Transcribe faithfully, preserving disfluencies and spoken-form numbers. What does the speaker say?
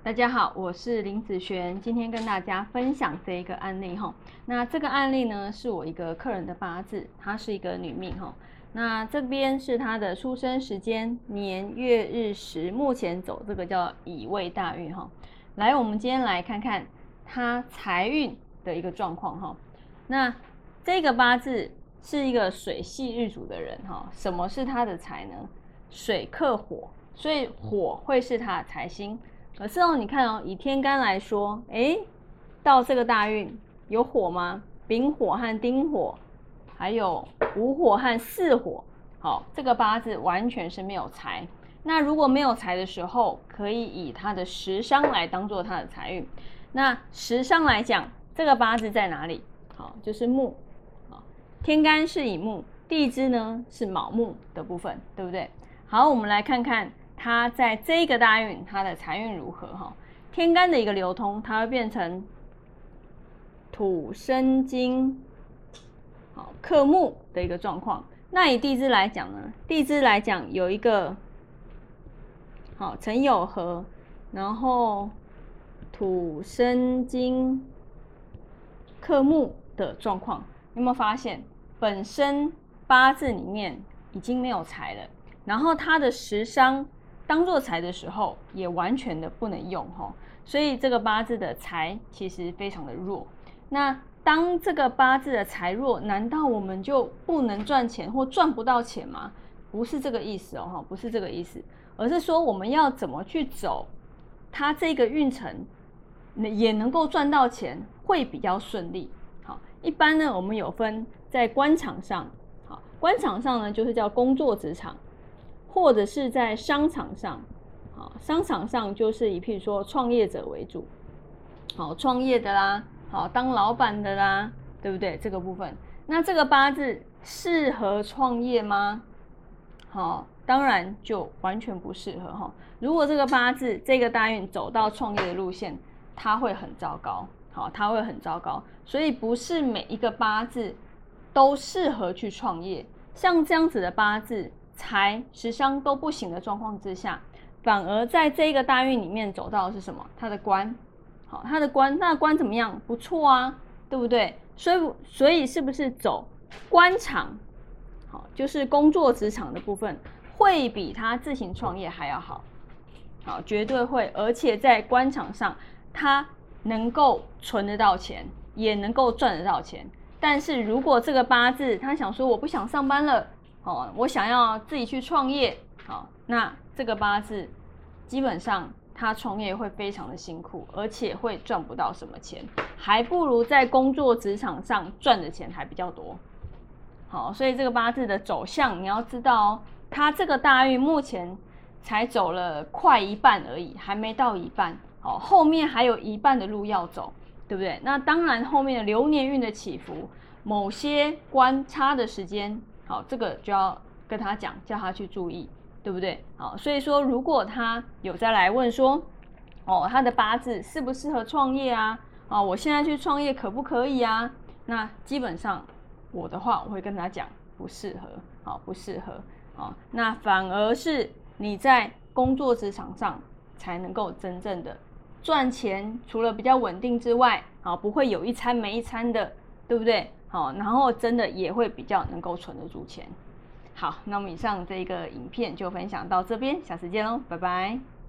大家好，我是林子璇，今天跟大家分享这一个案例哈。那这个案例呢，是我一个客人的八字，她是一个女命哈。那这边是她的出生时间、年月日时，目前走这个叫乙未大运哈。来，我们今天来看看她财运的一个状况哈。那这个八字是一个水系日主的人哈。什么是她的财呢？水克火，所以火会是她的财星。可是哦，你看哦，以天干来说，哎，到这个大运有火吗？丙火和丁火，还有午火和巳火，好，这个八字完全是没有财。那如果没有财的时候，可以以他的食伤来当做他的财运。那食伤来讲，这个八字在哪里？好，就是木。好，天干是乙木，地支呢是卯木的部分，对不对？好，我们来看看。它在这个大运，它的财运如何哈？天干的一个流通，它会变成土生金，好克木的一个状况。那以地支来讲呢，地支来讲有一个好辰酉合，然后土生金克木的状况，有没有发现本身八字里面已经没有财了，然后它的食伤。当做财的时候，也完全的不能用哈，所以这个八字的财其实非常的弱。那当这个八字的财弱，难道我们就不能赚钱或赚不到钱吗？不是这个意思哦，不是这个意思，而是说我们要怎么去走，它这个运程也能够赚到钱，会比较顺利。好，一般呢，我们有分在官场上，好，官场上呢就是叫工作职场。或者是在商场上，好，商场上就是以譬如说创业者为主，好，创业的啦，好，当老板的啦，对不对？这个部分，那这个八字适合创业吗？好，当然就完全不适合哈。如果这个八字这个大运走到创业的路线，它会很糟糕，好，它会很糟糕。所以不是每一个八字都适合去创业，像这样子的八字。财、食伤都不行的状况之下，反而在这个大运里面走到的是什么？他的官，好，他的官，那官怎么样？不错啊，对不对？所以，所以是不是走官场，好，就是工作职场的部分，会比他自行创业还要好？好，绝对会，而且在官场上，他能够存得到钱，也能够赚得到钱。但是如果这个八字他想说我不想上班了。哦，我想要自己去创业，好，那这个八字基本上他创业会非常的辛苦，而且会赚不到什么钱，还不如在工作职场上赚的钱还比较多。好，所以这个八字的走向你要知道哦，他这个大运目前才走了快一半而已，还没到一半，好，后面还有一半的路要走，对不对？那当然后面的流年运的起伏，某些官差的时间。好，这个就要跟他讲，叫他去注意，对不对？好，所以说如果他有再来问说，哦，他的八字适不适合创业啊？啊，我现在去创业可不可以啊？那基本上我的话，我会跟他讲不适合，好，不适合，好，那反而是你在工作职场上才能够真正的赚钱，除了比较稳定之外，好，不会有一餐没一餐的，对不对？好，然后真的也会比较能够存得住钱。好，那么以上这个影片就分享到这边，下次见喽，拜拜。